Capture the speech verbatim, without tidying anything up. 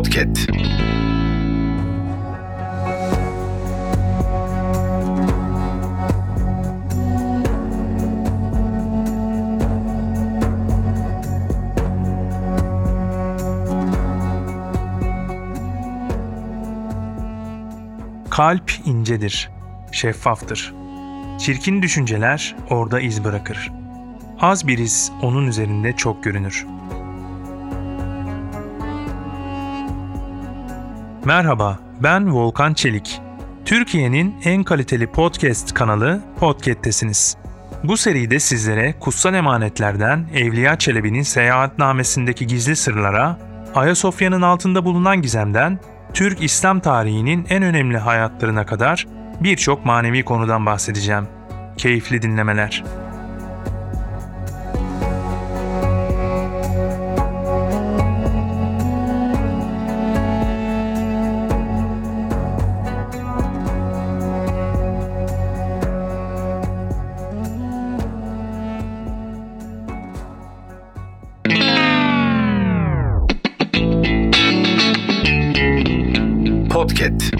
Podcast. Kalp incedir, şeffaftır. Çirkin düşünceler orada iz bırakır. Az bir iz onun üzerinde çok görünür. Merhaba, ben Volkan Çelik. Türkiye'nin en kaliteli podcast kanalı Podcast'tesiniz. Bu seride sizlere kutsal emanetlerden Evliya Çelebi'nin seyahatnamesindeki gizli sırlara, Ayasofya'nın altında bulunan gizemden, Türk İslam tarihinin en önemli hayatlarına kadar birçok manevi konudan bahsedeceğim. Keyifli dinlemeler. Podcast.